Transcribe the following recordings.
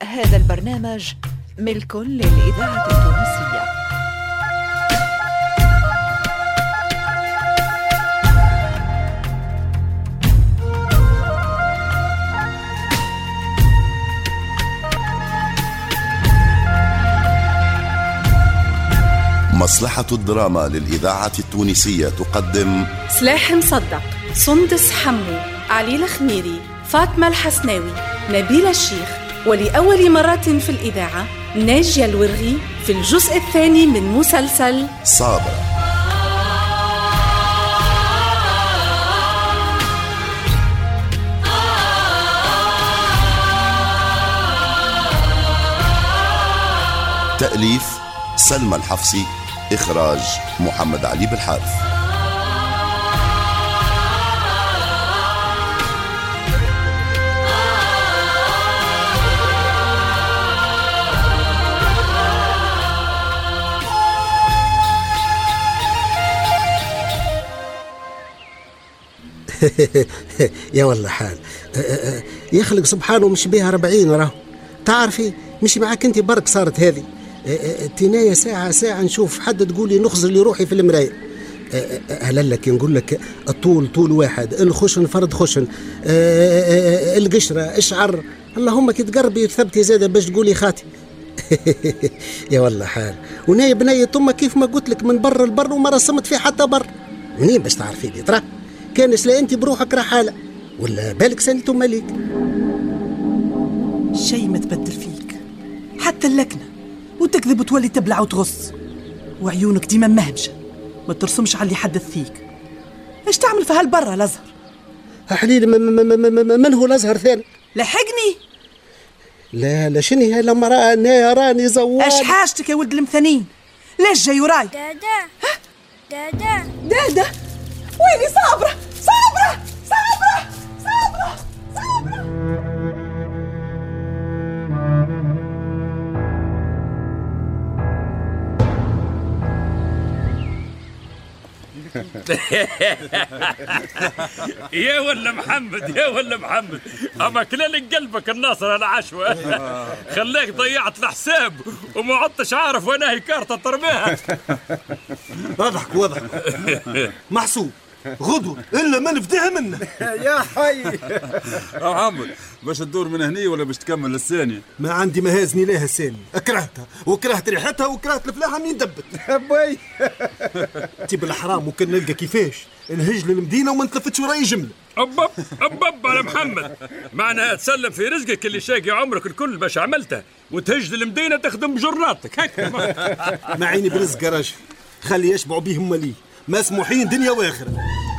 هذا البرنامج ملك للإذاعة التونسية. مصلحة الدراما للإذاعة التونسية تقدم سلاح مصدق، سندس حمو، علي الخميري، فاطمة الحسناوي، نبيل الشيخ، ولأول مرة في الإذاعة ناجية الورغي في الجزء الثاني من مسلسل صابرة. تأليف سلمى الحفصي، إخراج محمد علي بالحارث. يا والله حال يخلق سبحانه مش بيها 40 راه تعرفي مش معاك انت برك صارت هذه تنايا ساعة نشوف حد تقولي نخزر لي روحي في المراية. هل لك نقول لك الطول طول واحد، الخشن فرد خشن، القشرة اشعر، اللهم كي تقربي وتثبتي زادة باش تقولي خاتي. يا والله حال وناي بنية ثم كيف ما قلت لك من بر البر وما رسمت فيه حتى بر. منين باش تعرفي لي ترى كانش لا انت بروحك رحالة ولا بالك سالتو مليك. شيء ما تبدل فيك حتى اللكنة، وتكذب وتولي تبلع وتغص، وعيونك ديما مهمشة ما ترسمش على اللي حدث فيك. ايش تعمل في هالبرة الازهر؟ حليل من هو الازهر ثاني؟ لحقني. لا شني هاي لما راني زوال. ايش حاجتك يا ولد المثانين؟ ليش جاي وراي؟ دادا ويلي صابرة. يا ولا محمد اما كلالك قلبك الناصر العشوة. خلاك ضيعت الحساب وما عدتش عارف وين هي كارتة ترميها. اضحك محسوب غدوة إلا ما نفديها منه. يا حي محمد باش تدور من هني ولا باش تكمل الثانية؟ ما عندي مهازني لها الثانية، اكرهتها وكرهت ريحتها وكرهت الفلاحة منين دبت. باي تيب الحرام وكان نلقى كيفاش نهج للمدينة وما نتلفتش وراي جملة. أبب على محمد، معناها تسلم في رزقك اللي شاقي عمرك الكل باش عملته وتهج للمدينة تخدم بجرناتك هكا. ما عيني برزق يا راجل، خلي يشبعوا بيهم مالي مسموحين دنيا واخرة.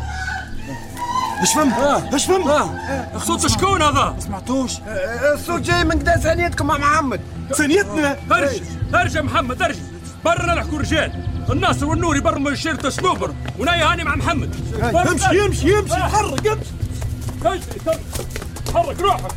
اش فهم؟ صوت شكون هذا؟ سمعتوش؟ الصوت جاي من قدا ثانيتكم مع محمد. ثانيتنا؟ ارجع محمد ارجع، برا نحكوا رجال. الناصر والنوري برموا الشرطة سنوبر ونايا هاني مع محمد. امشي تحرك امشي تحرك روحك.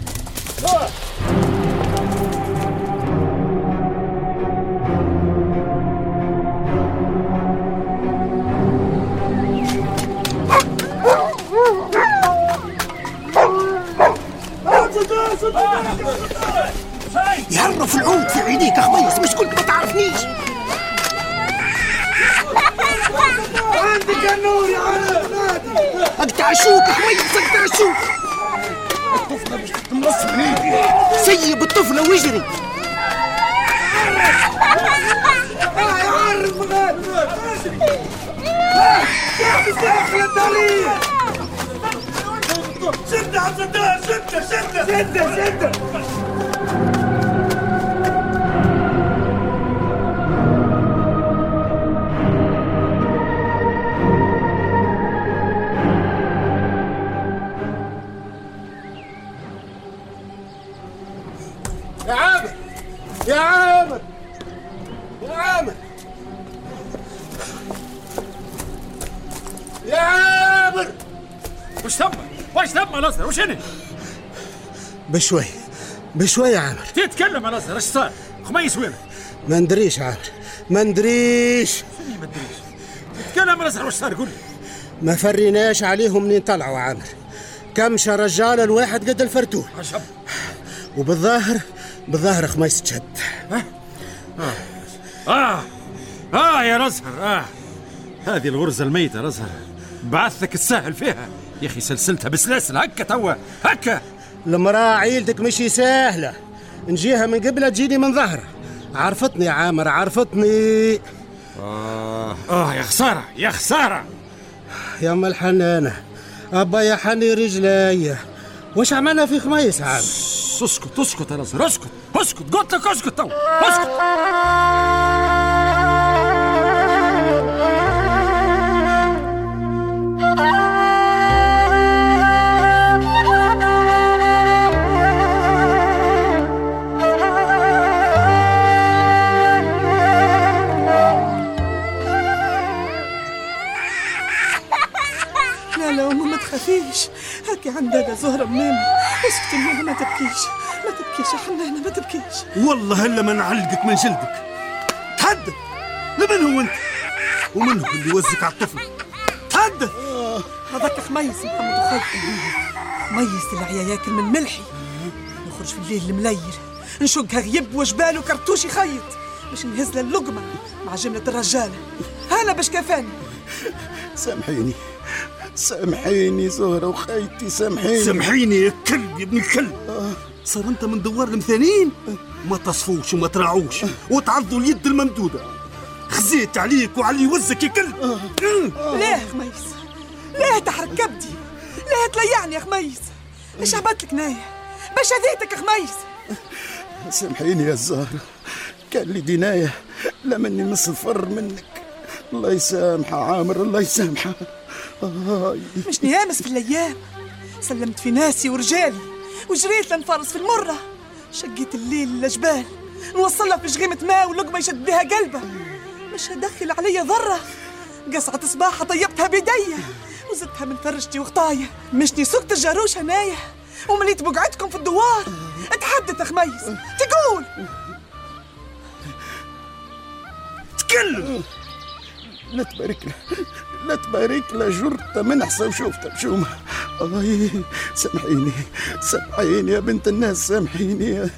يعرف العود في عينيك يا خميس، مش قلت ما تعرفنيش؟ عندك النور يا عرب نادي. اقطع الشوك يا خميس، اقطع الشوك. الطفلة باش تمص من ايدي. سيب الطفلة واجري. يا عرب مغاد شدة عبد الدار، شدة. يا عامر وش ثم نصر؟ وش هنا؟ بشوي يا عامر. تتكلم يا نصر، ايش صار؟ خميس وين؟ ما ندريش عامر، ما ندريش. تتكلم يا نصر، وش صار؟ قول لي. ما فريناش عليهم منين طلعوا عامر. كمشة رجال الواحد قد الفرتون، وبالظاهر بالظاهر خميس تشد. يا رزهر هذه الغرزة الميتة رزهر، بعثك تسهل فيها يا أخي، سلسلتها بسلاسل هكا توا هكا. المرأة عيلتك مش سهلة، نجيها من قبلها تجيني من ظهرها. عرفتني يا عامر عرفتني. يا خسارة يا خسارة يا أم الحنانة، أبا يا حني رجلي، وش عملنا في خميس عام؟ اسكت يا رزهر، اسكت قلت لك اسكت تو اسكت. لا أمي ما تخافيش، هاكي عندها زهرة ماما. اسكتي ماما، ما تبكيش يا حنانة، ما تبكيش. والله هلا ما نعلقك من جلدك. تحدث، لمن هو انت؟ ومن هو اللي يوزك على الطفل؟ تحدث. هذاك خميس محمد وخالتي، خميس العيا ياكل من ملحي، نخرج في الليل المليل نشقها غيب وجبال وكرتوش يخيط باش نهز له اللقمة مع جملة الرجالة. هلا باش كفاني. سامحيني زهرة وخيتي، سامحيني يا كلب يا ابن الكلب. صار انت من دوار المثانين، ما تصفوش وما تراعوش وتعضوا اليد الممدودة. خزيت عليك وعلي وزك يا كلب. ليه خميس؟ ليه تحرك كبدي؟ ليه تليعني يا خميس؟ ايش عبتلك نايه؟ باش اذيتك يا خميس؟ سامحيني يا الزهرة، كان لي دناية لمني مصفر منك. الله يسامحها عامر، الله يسامحها. مش نيامس في الايام، سلمت في ناسي ورجالي وجريت لنفرس في المرة، شقيت الليل للجبال نوصلها في شغيمة ماء ولقمة يشد بها قلبه. مش هدخل علي ذرة، قصعة صباحة طيبتها بيديا وزدتها من فرشتي وغطايا. مشني سكت الجاروش هنايا ومليت بقعدكم في الدوار. اتحدث يا خميس، تقول تكلم. لا تبارك لا جرت من حصى وشوفت بشومة. الله سامحيني يا بنت الناس، سامحيني.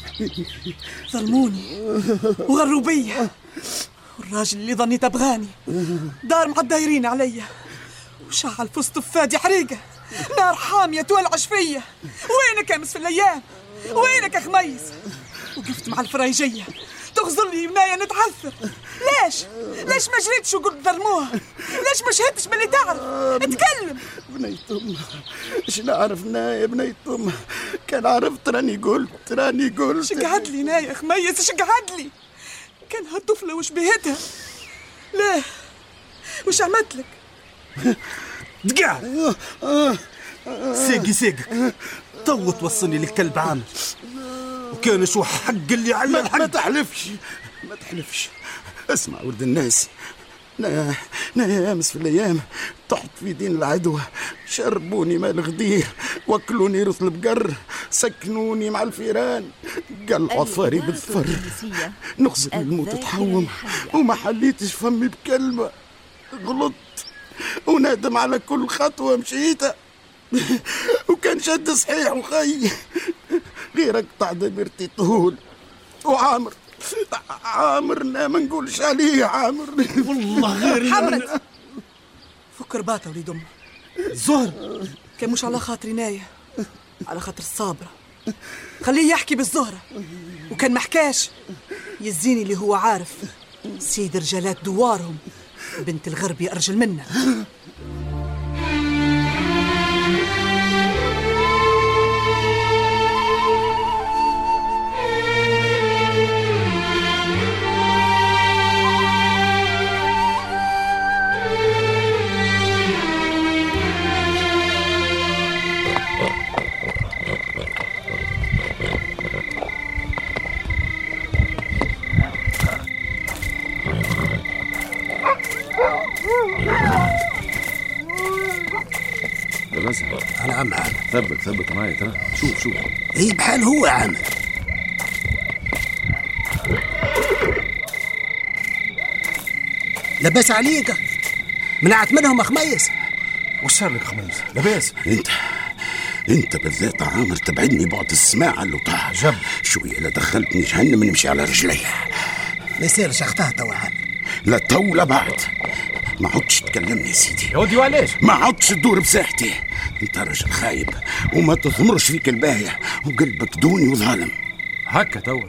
ظلموني وغروا بيا، والراجل اللي ظنيت ابغاني دار مع الدايرين عليا وشعل في وسط فادي حريقة، نار حامية تولعش فيا. وينك يا مس في الايام؟ وينك يا خميس؟ وقفت مع الفرايجية تغزل لي بناية نتعثر. ليش ما جريتش وقلت ظلموها؟ ليش ما شهدتش باللي تعرف؟ اتكلم. بنية أمه، ايش نعرف نايا بنية أمه؟ كان عرفت راني قلت. شقعد لي نايا خميس، شقعد لي. كان هالطفلة وش بهتها؟ لا وش عملت لك؟ تقعد سيقك تو توصلني للكلب عامر، وكان شو حق اللي على الحق. ما تحلفش. اسمع ولد الناس، أنا أمس في الأيام طحت في دين العدوى، شربوني ماء الغدير، وكلوني رطل البقر، سكنوني مع الفيران، قلعوا أظفاري بالظفر، نغزل من الموت تحوم وما حليتش فمي بكلمة. غلطت وندم على كل خطوة مشيتها، وكان شد صحيح وخي غيرك قطع دبرتي طول. وعامر ما نقولش عليه عامر. والله غير حمد فك رباطه وليد امه. الزهر كان مش على خاطري نايه، على خاطر الصابره. خليه يحكي بالزهره، وكان محكاش يزيني اللي هو عارف سيد رجالات دوارهم بنت الغربي ارجل منه. أنا عم ثبت معي ترى. شوف إيه بحال هو عامل. لباس عليك منعت منهم خميس. وش صار لك خميس؟ لباس انت بالذات عامر تبعدني بعد السماعة اللي طاح. شوية لا دخلتني جهنم نمشي على رجلي. ما يصيرش اختها توا عامر. لا تو لا بعد. ما عدتش تكلمني يا سيدي. يا ودي وعلاش؟ ما عدتش تدور بساحتي. انت راجل خايب وما تثمرش فيك الباهية وقلبك دوني وظالم. هكا توا.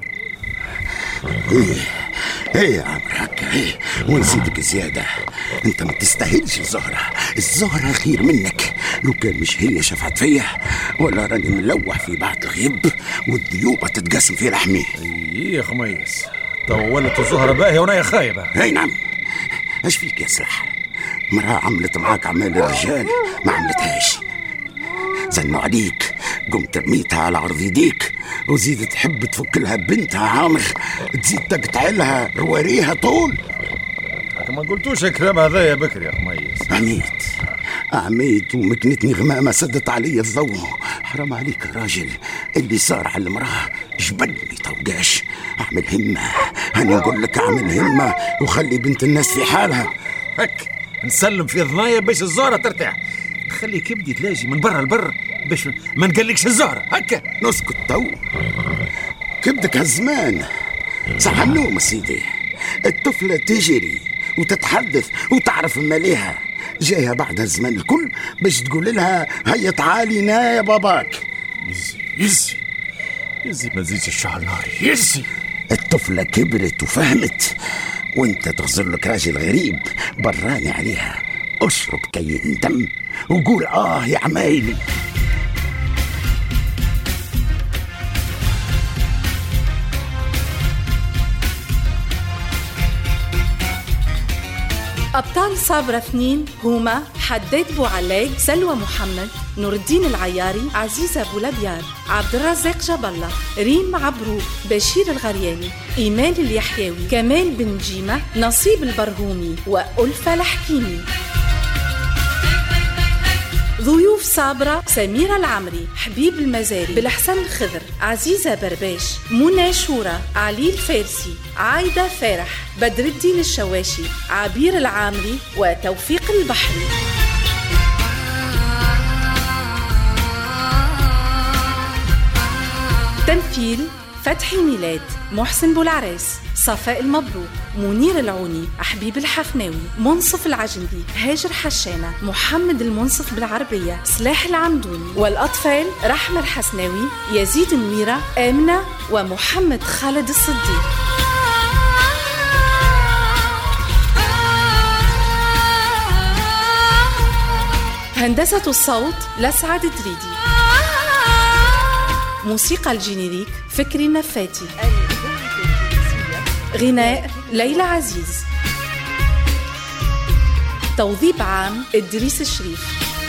ايه يا عمرو هكا ايه، ونزيدك زيادة. انت ما تستاهلش الزهرة خير منك. لو كان مش هي شفعت فيا ولا راني ملوح في بعض الغيب والذيوبة تتقسم في لحمي. ايه يا خميس، توا ولت الزهرة باهية وانا خايبة. اي نعم. اش فيك يا سلاح؟ مرأة عملت معاك اعمال الرجال ما عملتهاش. زنوا عليك قمت رميتها على عرض يديك، وزيد تحب تفك لها بنتها عامر، تزيد تقطع لها رواريها طول. ما قلتوش الكلام هذا يا بكري يا خميس. عميت ومكنتني غمامة سدت علي الضوء. حرام عليك يا راجل، اللي صار على المرأة جبلني توقاش. اعمل همة، هاني نقول لك اعمل همة وخلي بنت الناس في حالها. هك نسلم في ضنايا باش الزهرة ترتاح. خلي كبدي تلاجي من برا لبر باش ما نقلكش الزهرة. هكا نسكت تو. كبدك هالزمان صح النوم سيدي. الطفلة تجري وتتحدث وتعرف ماليها. جايها بعد الزمان الكل باش تقول لها هيا تعالي يا باباك. يزي ما تزيدش الشعر ناري. يزي الطفلة كبرت وفهمت، وانت تغزر لك راجل غريب براني عليها. اشرب كي يندم وقول يا عمايلي. أبطال صابرة 2 هما حداد بوعلاق، سلوى محمد، نور الدين العياري، عزيزة بولبيار، عبد الرزاق جاب الله، ريم عبروك، بشير الغرياني، إيمان اليحيوي، كمال بن جيمة، نصيب البرهومي، وألفة الحكيمي. ضيوف صابرة: سميرة العمري، حبيب المزاري، بالحسن الخضر، عزيزة برباش، منى شورى، علي الفارسي، عايدة فارح، بدر الدين الشواشي، عبير العامري، وتوفيق البحري. تمثيل: فتحي ميلاد، محسن بولعراس، صفاء المبروك، منير العوني، حبيب الحفناوي، منصف العجندي، هاجر حشانة، محمد المنصف بالعربية، سلاح العمدوني. والأطفال: رحمة الحسناوي، يزيد النويرة، آمنة، ومحمد خالد الصديق. هندسة الصوت: لسعد دريدي. موسيقى الجينيريك: فكري النفاتي. غناء: ليلى عزيز. توظيف عام: إدريس الشريف.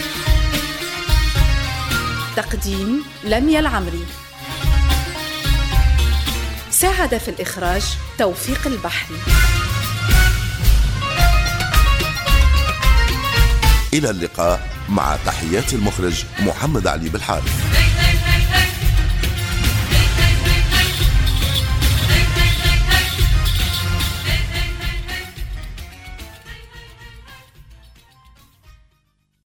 تقديم: لميا العمري. ساعد في الإخراج توفيق البحري. إلى اللقاء، مع تحيات المخرج محمد علي بالحارث.